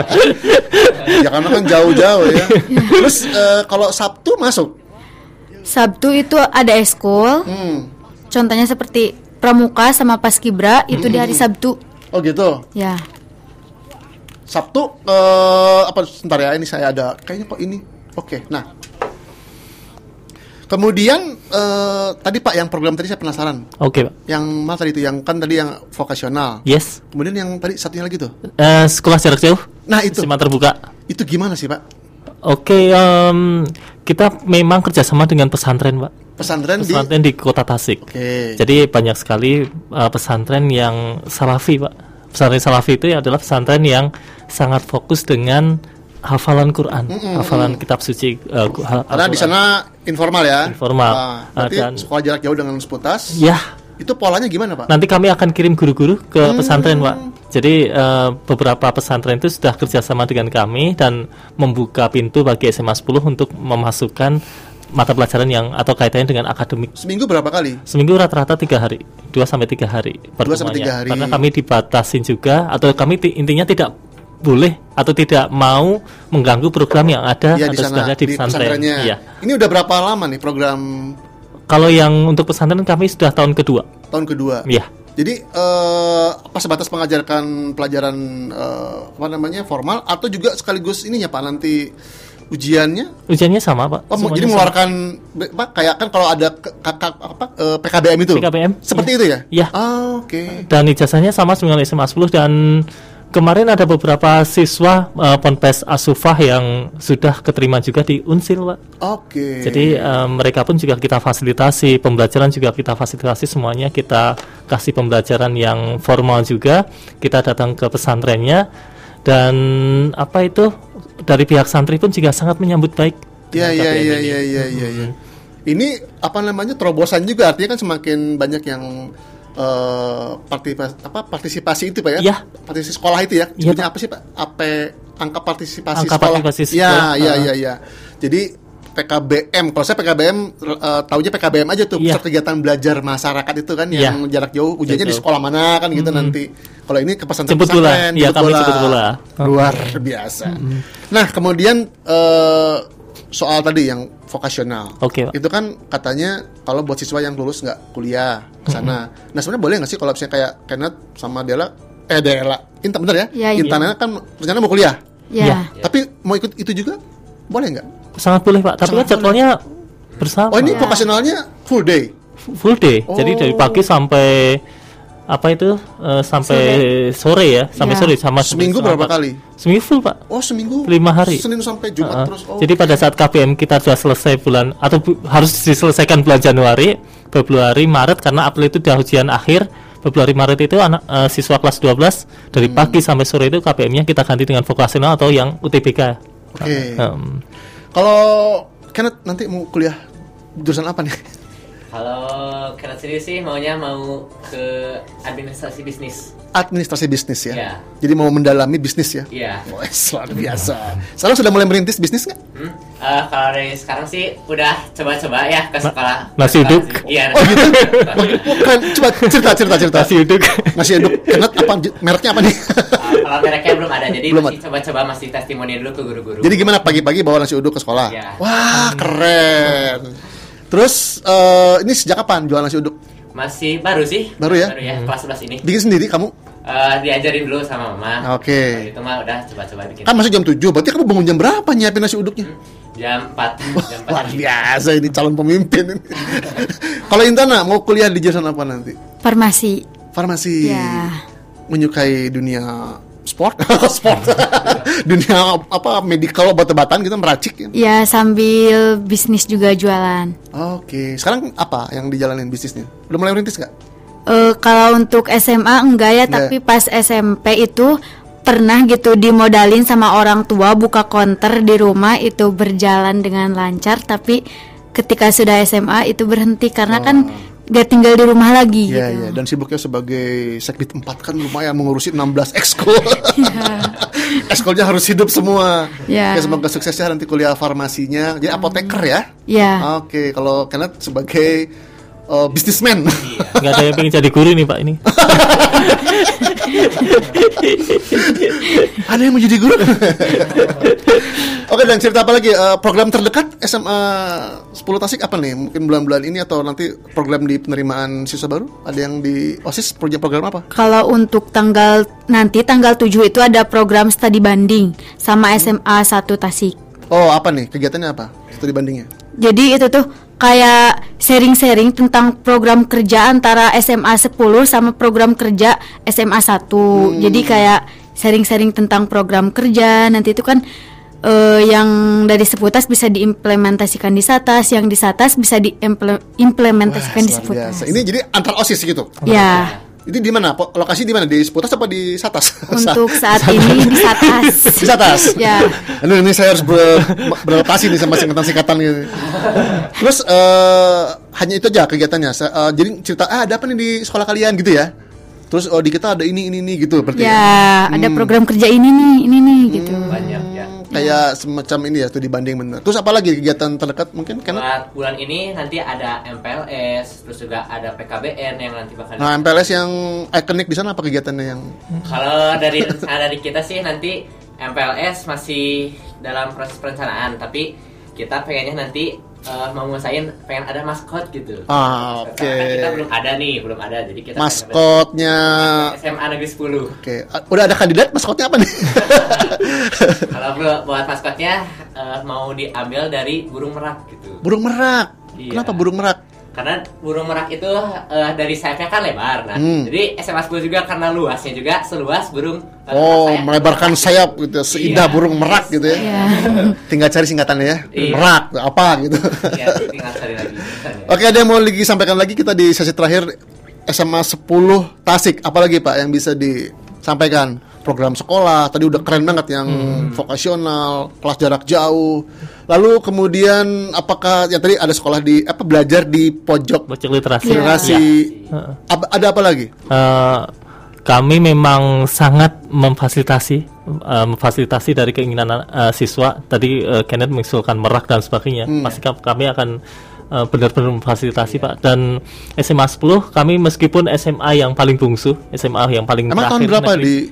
Ya karena kan jauh-jauh ya. Terus eh, kalau Sabtu masuk? Sabtu itu ada eskul. Hmm. Contohnya seperti pramuka sama paskibra itu di hari Sabtu. Oh gitu. Ya. Sabtu eh apa sebentar ya, ini saya ada kayaknya kok ini. Oke. Nah. Kemudian eh tadi Pak yang program tadi saya penasaran. Oke Pak. Yang mana tadi itu yang kan tadi yang vokasional. Yes. Kemudian yang tadi satunya lagi tuh. Eh, sekolah jarak jauh. Nah, itu. S M A terbuka. Itu gimana sih, Pak? Oke, em, kita memang kerjasama dengan pesantren, Pak. Pesantren di Pesantren di Kota Tasik. Oke. Jadi banyak sekali uh, pesantren yang salafi, Pak. Pesantren salafi itu adalah pesantren yang sangat fokus dengan hafalan Quran, hafalan kitab suci. Uh, ku- hal- Karena di Al-Quran. sana informal ya. Informal. Ah, berarti Ah, dan- sekolah jarak jauh dengan Sputas. Ya, Itu polanya gimana, Pak? nanti kami akan kirim guru-guru ke Hmm. pesantren, Pak. Jadi uh, beberapa pesantren itu sudah kerjasama dengan kami dan membuka pintu bagi S M A sepuluh untuk memasukkan mata pelajaran yang atau kaitannya dengan akademik. Seminggu berapa kali? Seminggu rata-rata tiga hari, dua sampai tiga hari Dua sampai pertemuannya. tiga hari. Karena kami dibatasin juga, atau kami ti- intinya tidak boleh atau tidak mau mengganggu program yang ada Iya, di atau sana sudah ada di di pesantren. pesantrennya. Iya. Ini udah berapa lama nih program Kalau yang untuk pesantren kami sudah tahun kedua. tahun kedua? Iya. Jadi eh, apa sebatas mengajarkan pelajaran eh, apa namanya formal atau juga sekaligus ininya Pak nanti ujiannya? Ujiannya sama, Pak. Oh, Semuanya jadi sama. mengeluarkan be- Pak kayak kan kalau ada ke- kakak apa eh, P K B M itu. P K B M, Seperti iya. itu ya? Iya. Ah, oke. Dan ijazahnya sama dengan S M A sepuluh, dan kemarin ada beberapa siswa uh, Ponpes Asufah yang sudah keterima juga di Unsil, Pak. Oke. Jadi uh, mereka pun juga kita fasilitasi, pembelajaran juga kita fasilitasi, semuanya kita kasih pembelajaran yang formal juga. Kita datang ke pesantrennya, dan apa itu dari pihak santri pun juga sangat menyambut baik. Iya dengan iya K B M iya ini. iya iya iya. Ya. Ini apa namanya terobosan juga, artinya kan semakin banyak yang eh partisipasi apa partisipasi itu Pak ya? Iya. Partisipasi sekolah itu ya. Iya, Sebutnya Pak. apa sih Pak? A P angka partisipasi Angka sekolah. partisipasi Iya sekolah, iya uh. iya iya. Jadi P K B M, kalau saya P K B M eh, taunya P K B M aja tuh, Iya. pusat kegiatan belajar masyarakat itu kan Iya. yang jarak jauh, ujiannya di Betul. sekolah mana kan gitu nanti. Kalau ini ke pesantren Jemput bola. pesantren, Iya, kami jemput bola. Luar biasa. Nah, kemudian eh, soal tadi yang vokasional. Oke, Pak. Itu kan katanya kalau buat siswa yang lulus nggak kuliah ke sana. Mm-hmm. Nah sebenarnya boleh nggak sih kalau misalnya kayak Kenneth sama Dela, eh Dela, Intan bener ya? Ya, iya. Intan kan rencana mau kuliah. Ya. Ya. Tapi mau ikut itu juga boleh nggak? Sangat boleh Pak, tapi kan jadwalnya bersama. Oh ini Ya. vokasionalnya full day. Full day. Oh. Jadi dari pagi sampai apa itu uh, sampai sore, sore ya, sampai Ya. sore sama Seminggu sama, berapa kali? Seminggu full Pak. Oh seminggu. Lima hari. Senin sampai Jumat Uh-uh. terus. Oh. Jadi pada saat K B M kita sudah selesai bulan atau bu, harus diselesaikan bulan Januari, Februari, Maret karena April itu udah ujian akhir. Februari Maret itu anak uh, siswa kelas dua belas dari Hmm. pagi sampai sore itu K B M-nya kita ganti dengan vokasional atau yang U T B K. Oke. Okay. Um, Kalau Kenneth nanti mau kuliah jurusan apa nih? Kalau Kenneth sendiri sih maunya mau ke administrasi bisnis. Administrasi bisnis ya. Iya. Jadi mau mendalami bisnis ya. Iya. Wah, luar biasa. Sekarang sudah mulai merintis bisnis nggak? Hmm? Uh, kalau dari sekarang sih udah coba-coba ya ke sekolah. nasi uduk. Iya. Oh gitu. Oh, keren. Coba cerita cerita cerita. Nasi uduk. Nasi uduk. Kenneth apa mereknya apa nih? Uh, kalau mereknya belum ada, jadi Belum masih coba-coba, masih testimoni dulu ke guru-guru. Jadi gimana pagi-pagi bawa nasi uduk ke sekolah? Iya. Wah, keren. Terus uh, ini sejak kapan jual nasi uduk? Masih baru sih. Baru ya? Baru ya, kelas sebelas ini. Bikin sendiri kamu? Uh, diajarin dulu sama mama. Oke. Itu mah udah coba-coba bikin. Kan masih jam tujuh, berarti kamu bangun jam berapa nyiapin nasi uduknya? Jam empat. Jam empat. Luar biasa ini calon pemimpin ini. Kalau Intana mau kuliah di jurusan apa nanti? Farmasi. Farmasi. Ya. Menyukai dunia sport, sport. Dunia apa medical obat-obatan gitu meracik ya. Ya, sambil bisnis juga jualan. Oke, sekarang apa yang dijalanin bisnisnya? Udah mulai merintis nggak? Eh, kalau untuk S M A enggak ya, Enggak. tapi pas S M P itu pernah gitu dimodalin sama orang tua buka konter di rumah, itu berjalan dengan lancar, tapi ketika sudah S M A itu berhenti karena kan gak tinggal di rumah lagi. Iya, gitu. iya. Dan sibuknya sebagai sekdit empat kan lumayan mengurusi enam belas ekskul. Ekskulnya harus hidup semua. Ya. Oke, semoga suksesnya nanti kuliah farmasinya. Jadi apoteker ya. Ya. Oke, kalau Kenneth sebagai uh, bisnismen. Nggak ada yang pengen jadi guru nih Pak ini. Ada yang mau jadi guru? Oke, dan cerita apa lagi? Uh, program terdekat S M A sepuluh Tasik apa nih? Mungkin bulan-bulan ini atau nanti program di penerimaan siswa baru? Ada yang di OSIS program-program apa? Kalau untuk tanggal nanti tanggal tujuh itu ada program studi banding sama S M A satu Tasik. Oh, apa nih? Kegiatannya apa? Studi bandingnya? Jadi itu tuh kayak sharing-sharing tentang program kerja antara S M A sepuluh sama program kerja S M A satu. Hmm. Jadi kayak sharing-sharing tentang program kerja. Nanti itu kan eh, yang dari Seputas bisa diimplementasikan di Satas, yang di Satas bisa diimplementasikan di Luar Seputas. biasa. Ini jadi antar OSIS gitu? Ya, Ini di mana? Po- Lokasi di mana? Di Seputas apa di Satas? untuk saat ini di Satas. Di Satas? Ya. Aduh, ini saya harus ber- beradaptasi nih sama singkatan-singkatan gitu. Terus eh, hanya itu aja kegiatannya. Sa- eh, jadi cerita, ah ada apa nih di sekolah kalian gitu ya? Terus oh di kita ada ini ini ini gitu berarti. Ya, ada program kerja ini nih, ini nih gitu. Banyak ya. Kayak semacam ini ya, studi banding bener. Terus apa lagi kegiatan terdekat mungkin kan? Buat bulan ini nanti ada M P L S, terus juga ada P K B N yang nanti bakal. Nah, M P L S yang ikonik di sana apa kegiatannya yang Kalau dari rencana dari kita sih nanti M P L S masih dalam proses perencanaan, tapi kita pengennya nanti uh, mau ngusahain pengen ada maskot gitu. Ah, Karena oke. kan kita belum ada nih, belum ada. Jadi kita maskotnya? S M A Negeri sepuluh. Oke, ah, udah ada kandidat maskotnya apa nih? Kalau bu- buat maskotnya uh, mau diambil dari burung merak gitu. Burung merak. Iya. Kenapa burung merak? Karena burung merak itu uh, dari sayapnya kan lebar. Nah, Hmm. jadi S M A sepuluh juga karena luasnya juga seluas burung. uh, Oh, sayap. melebarkan sayap gitu, seindah Iya. burung merak gitu ya. Ya. Tinggal cari singkatannya ya. Iya. Merak apa gitu. Ya, tinggal cari lagi. Oke, ada yang mau lagi sampaikan lagi kita di sesi terakhir S M A sepuluh Tasik. Apalagi Pak yang bisa disampaikan? Program sekolah tadi udah keren banget yang vokasional, kelas jarak jauh. Lalu kemudian apakah yang tadi ada sekolah di apa belajar di pojok Bocok literasi. generasi? Ya. Apa- ada apa lagi? Eh, kami memang sangat memfasilitasi eh, memfasilitasi dari keinginan eh, siswa. Tadi eh, Kenneth mengusulkan merak dan sebagainya. Pasti ka- kami akan eh, benar-benar memfasilitasi Pak. Dan S M A sepuluh kami meskipun S M A yang paling bungsu, S M A yang paling Emang tahun terakhir berapa negeri. di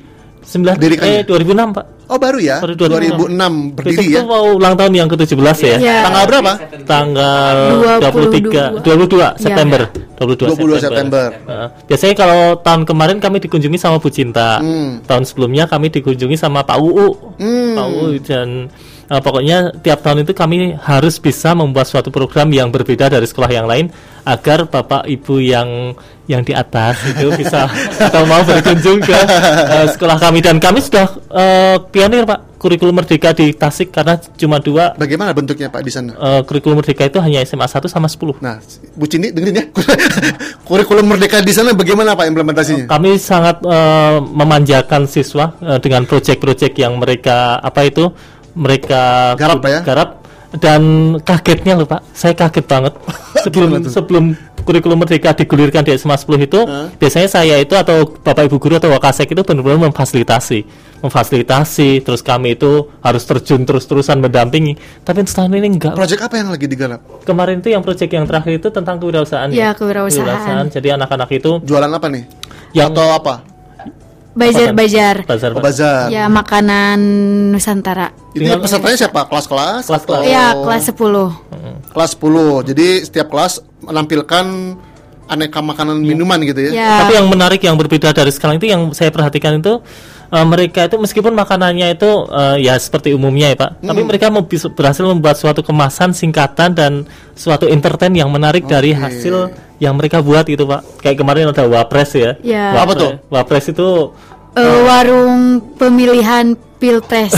sembilan Dirikannya? eh dua ribu enam Pak. Oh baru ya, Baru dua ribu enam berdiri Besok ya. tuh mau ulang tahun yang ke tujuh belas ya. Iya. Tanggal berapa? Tanggal dua dua puluh tiga dua puluh dua September. dua puluh dua dua puluh dua September. Heeh. Biasanya kalau tahun kemarin kami dikunjungi sama Bu Cinta. Hmm. Tahun sebelumnya kami dikunjungi sama Pak Uu. Hmm. Pak Uu dan uh, pokoknya tiap tahun itu kami harus bisa membuat suatu program yang berbeda dari sekolah yang lain agar Bapak Ibu yang yang di atas itu bisa atau mau berkunjung ke uh, sekolah kami, dan kami sudah uh, pionir Pak kurikulum Merdeka di Tasik karena cuma dua. Bagaimana bentuknya Pak di sana? Uh, kurikulum Merdeka itu hanya S M A satu sama sepuluh. Nah, Bu Cindy dengerin ya. Kurikulum Merdeka di sana bagaimana Pak implementasinya? Kami sangat uh, memanjakan siswa uh, dengan proyek-proyek yang mereka apa itu mereka Garap, Pak, ya? garap, dan kagetnya loh Pak, saya kaget banget sebelum sebelum kurikulum Merdeka digulirkan di S M A sepuluh itu, Huh? biasanya saya itu atau Bapak Ibu guru atau Wakasek itu benar-benar memfasilitasi, memfasilitasi, terus kami itu harus terjun terus-terusan mendampingi. Tapi setahun ini enggak. Proyek apa yang lagi digarap? Kemarin itu yang proyek yang terakhir itu tentang kewirausahaan. Ya, kewirausahaan. Jadi anak-anak itu Jualan apa nih? yang Atau apa? Bazar-bazar. bazar, Pak. Bazar. Ya, makanan Nusantara. Itu Tinggal- pesertanya siapa? Kelas-kelas? Kelas-kelas. atau- Ya, kelas sepuluh. Kelas sepuluh. Jadi setiap kelas menampilkan aneka makanan minuman gitu ya. Ya. Tapi yang menarik yang berbeda dari sekarang itu yang saya perhatikan itu uh, mereka itu meskipun makanannya itu uh, ya seperti umumnya ya Pak, tapi mereka mau bis- berhasil membuat suatu kemasan singkatan dan suatu entertain yang menarik dari hasil yang mereka buat gitu Pak. Kayak kemarin ada Wapres ya. Ya. Apa tuh? Wapres itu Eh, warung pemilihan pilpres.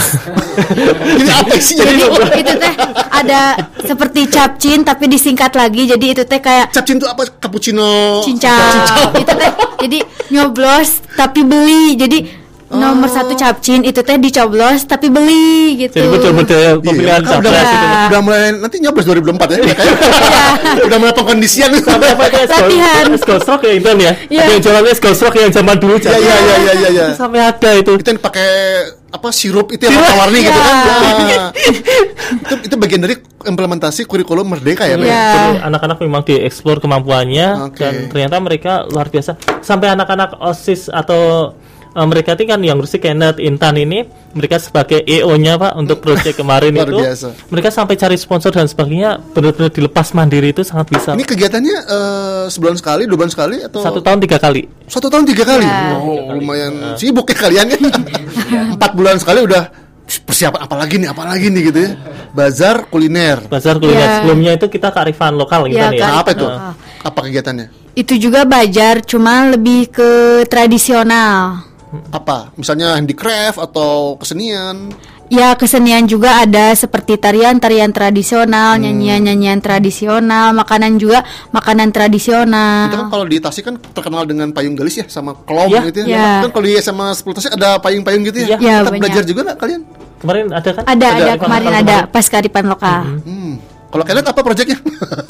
Ini apa sih? Jadi itu teh ada seperti capcin tapi disingkat lagi. Jadi itu teh kayak Capcin itu apa? Cappuccino. cincau. Itu teh jadi nyoblos tapi beli. Jadi nomor satu capcin itu teh dicoblos tapi beli gitu. jadi betul-betul pemilihan Kan udah, capres itu. udah mulai nanti nyoblos dua ribu empat ya. Udah kayak udah mulai pengkondisian. Sampai apa kayak Latihan. Skosrok ya itu ya. Iya. Ada yang jualannya Skosrok yang zaman dulu. Iya iya iya iya iya. Ya. Itu sampai ada itu. Itu yang pakai apa sirup itu yang warna-warni gitu kan. Iya. Nah, itu itu bagian dari implementasi kurikulum Merdeka ya, Pak? Iya. Jadi anak-anak memang dieksplor kemampuannya. Oke. Dan ternyata mereka luar biasa. Sampai anak-anak OSIS atau uh, mereka itu kan yang ngurusi Kenneth Intan ini, mereka sebagai E O-nya Pak untuk proyek kemarin Luar itu, biasa. mereka sampai cari sponsor dan sebagainya, benar-benar dilepas mandiri itu sangat bisa. Ini kegiatannya eh, sebulan sekali, dua bulan sekali atau Satu tahun tiga kali. Satu tahun tiga kali? Ya. Oh, lumayan sibuk ya kalian ya. Empat bulan sekali udah persiapan apa lagi nih, apa lagi nih gitu ya. Bazar kuliner. Bazar kuliner Ya. sebelumnya itu kita kearifan lokal gitu Ya, ya. kearifan Nah, apa itu? lokal. Apa kegiatannya? Itu juga bajar, cuma lebih ke tradisional. Apa? Misalnya handicraft atau kesenian? Ya, kesenian juga ada seperti tarian-tarian tradisional, Hmm. nyanyian-nyanyian tradisional, makanan juga makanan tradisional. Itu kan kalau di Tasik kan terkenal dengan payung gelis ya, sama kelom Ya, gitu ya. ya. Kan kalau di S M A sepuluh Tasik ada payung-payung gitu ya. Ya. Ya, Tetap banyak. belajar juga nggak kalian? Kemarin ada kan? Ada, ada, Kearifan kemarin lokal ada kemarin. pas kearifan lokal. Hmm. Kalau kalian apa proyeknya?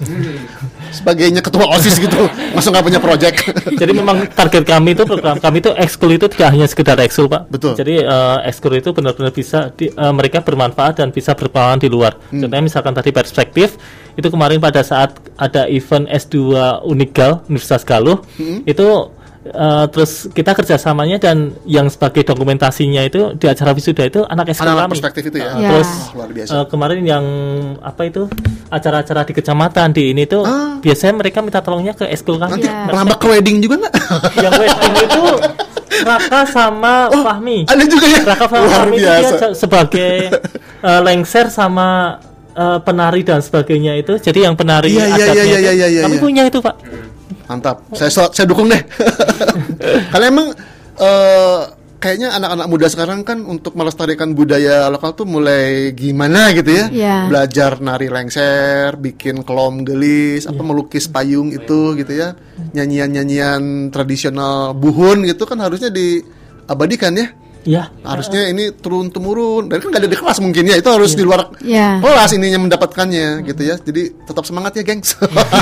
Sebagainya ketua OSIS gitu, masa nggak punya proyek? Jadi memang target kami itu program kami itu ekskul itu tidak hanya sekedar ekskul Pak. Betul. Jadi eh, ekskul itu benar-benar bisa di, eh, mereka bermanfaat dan bisa berpengalaman di luar. Hmm. Contohnya misalkan tadi perspektif itu kemarin pada saat ada event S dua Unigal Universitas Galuh Hmm. itu eh, terus kita kerjasamanya dan yang sebagai dokumentasinya itu di acara wisuda itu anak ekskul Anak-anak kami. perspektif itu ya. Eh, Ya. Terus Wah, luar biasa. eh, kemarin yang apa itu acara-acara di kecamatan di ini tuh Ah. biasanya mereka minta tolongnya ke ekskul kami. Nanti Ya. melambak ke wedding juga nggak? Yang wedding itu Raka sama Fahmi. Ada juga ya? Raka sama Luar Fahmi itu biasa. dia se- sebagai eh, lengser sama eh, penari dan sebagainya itu. Jadi yang penari Iya, iya, adatnya iya, itu, iya, iya, iya, kami iya. punya itu Pak. Mantap, saya saya dukung deh. Karena emang eh, kayaknya anak-anak muda sekarang kan untuk melestarikan budaya lokal tuh mulai gimana gitu ya. Iya. Belajar nari lengser, bikin kelom gelis, apa melukis payung itu gitu ya. Nyanyian-nyanyian tradisional buhun gitu kan harusnya diabadikan ya. Ya. Harusnya ini turun temurun. Dan kan nggak ada di kelas mungkin ya. Itu harus di luar Ya. kelas ininya mendapatkannya gitu ya. Jadi tetap semangat ya, gengs.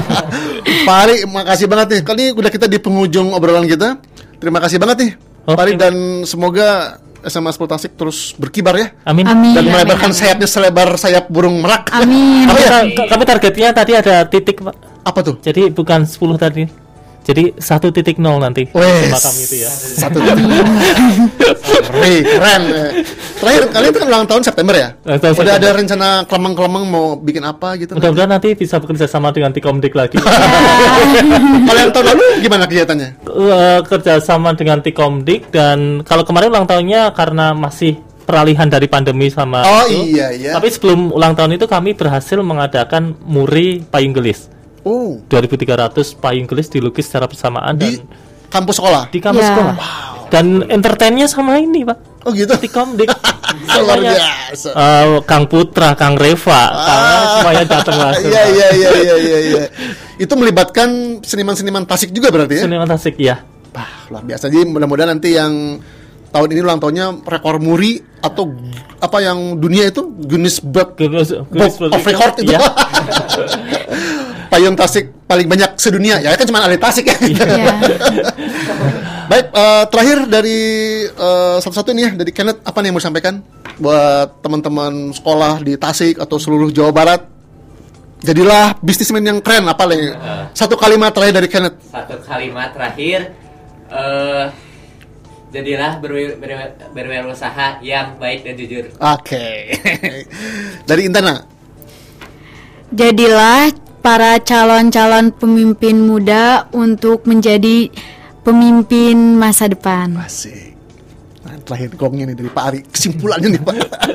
Pak Ari, makasih banget nih. Kali ini udah kita di penghujung obrolan kita. Terima kasih banget nih, Oke. Pak Ari, dan semoga S M A sepuluh Tasik terus berkibar ya. Amin. Amin. Dan amin, melebarkan amin. sayapnya selebar sayap burung merak. Amin. Apa ya? Kita- kami targetnya tadi ada titik Pak. Apa tuh? Jadi bukan sepuluh tadi. Jadi satu titik nol nanti Wes, sama kami itu ya. Satu titik. Wih, keren. Terakhir kalian itu kan ulang tahun September ya? Ulang tahun Udah September. ada rencana kelemeng-kelemeng mau bikin apa gitu? Mudah-mudahan nanti bisa bekerja sama dengan Tikomdik lagi. Kalau yang tahun lalu gimana kegiatannya? Eh, kerja sama dengan Tikomdik, dan kalau kemarin ulang tahunnya karena masih peralihan dari pandemi sama Oh itu. iya iya. Tapi sebelum ulang tahun itu kami berhasil mengadakan muri payung gelis. Oh, dua ribu tiga ratus payung gelis dilukis secara bersamaan di dan kampus sekolah. di kampus Ya. sekolah. Dan entertainnya sama ini, Pak. Oh gitu. Tikomdik. Luar Semuanya, biasa. eh, Kang Putra, Kang Reva, Kang, semuanya datang langsung. Iya iya iya iya iya. iya. Itu melibatkan seniman-seniman Tasik juga berarti ya? Seniman Tasik ya. Wah, luar biasa. Jadi mudah-mudahan nanti yang tahun ini ulang tahunnya rekor muri atau apa yang dunia itu Guinness Book Guinness- Book Guinness World of Record itu. Iya. Payung Tasik paling banyak sedunia. Ya kan cuma ada Tasik ya. Ya. Baik, eh, terakhir dari eh, satu-satu nih ya dari Kenneth, apa nih yang mau disampaikan buat teman-teman sekolah di Tasik atau seluruh Jawa Barat? Jadilah bisnismen yang keren, apa nih? Satu kalimat terakhir dari Kenneth. Satu kalimat terakhir, eh jadilah berwi- berwi- berwirausaha yang baik dan jujur. Oke. Dari Intana. Jadilah para calon-calon pemimpin muda untuk menjadi pemimpin masa depan. Asik. Nah, terakhir gongnya nih dari Pak Ari. Kesimpulannya nih Pak.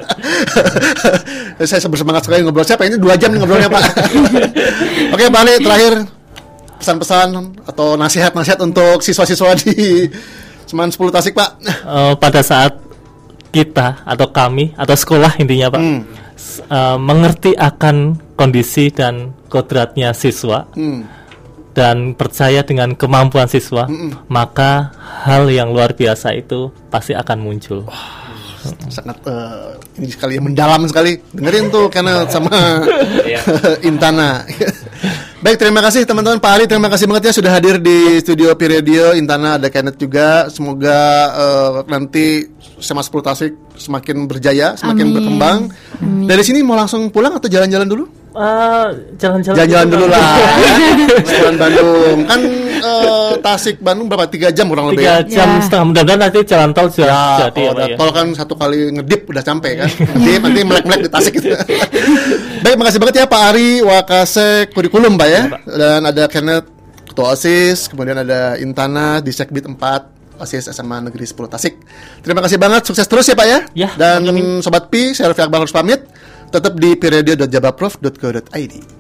Saya bersemangat sekali ngobrol. Saya pengennya dua jam nih ngobrolnya Pak. Oke Pak Ali, terakhir pesan-pesan atau nasihat-nasihat untuk siswa-siswa di Seman sepuluh Tasik Pak. Eh, pada saat kita atau kami atau sekolah intinya Pak Hmm. s- eh, mengerti akan kondisi dan kodratnya siswa Hmm. dan percaya dengan kemampuan siswa, maka hal yang luar biasa itu pasti akan muncul. Sangat eh, ini sekali mendalam sekali. Dengerin tuh karena sama Iya. Intana. Baik, terima kasih teman-teman. Pak Ali, terima kasih banget ya sudah hadir di studio Pi Radio. Intana, ada Kenneth juga. Semoga eh, nanti Sema sepuluh Tasik semakin berjaya, semakin Amin. berkembang. Amin. Dari sini mau langsung pulang atau jalan-jalan dulu? Eh, jalan-jalan Jalan-jalan dulu Pak. lah. Jalan Bandung. Kan eh, Tasik Bandung berapa? Tiga jam kurang lebih. Tiga Ya? jam Ya. setengah, mudah-mudahan nanti jalan tol sudah Ya, jadi ya, kalau Pak, udah ya. tol kan satu kali ngedip udah sampai kan. Nanti nanti melek-melek di Tasik gitu. Baik, makasih banget ya Pak Ari Wakasek Kurikulum Pak ya. Dan ada Kenneth Ketua OSIS, kemudian ada Intana di Sekbid empat OSIS S M A Negeri sepuluh Tasik. Terima kasih banget, sukses terus ya Pak ya. Ya, Dan amin. Sobat Pi, saya Raffi Akbar harus pamit. Tetap di pi radio dot jabarprof dot co dot i d.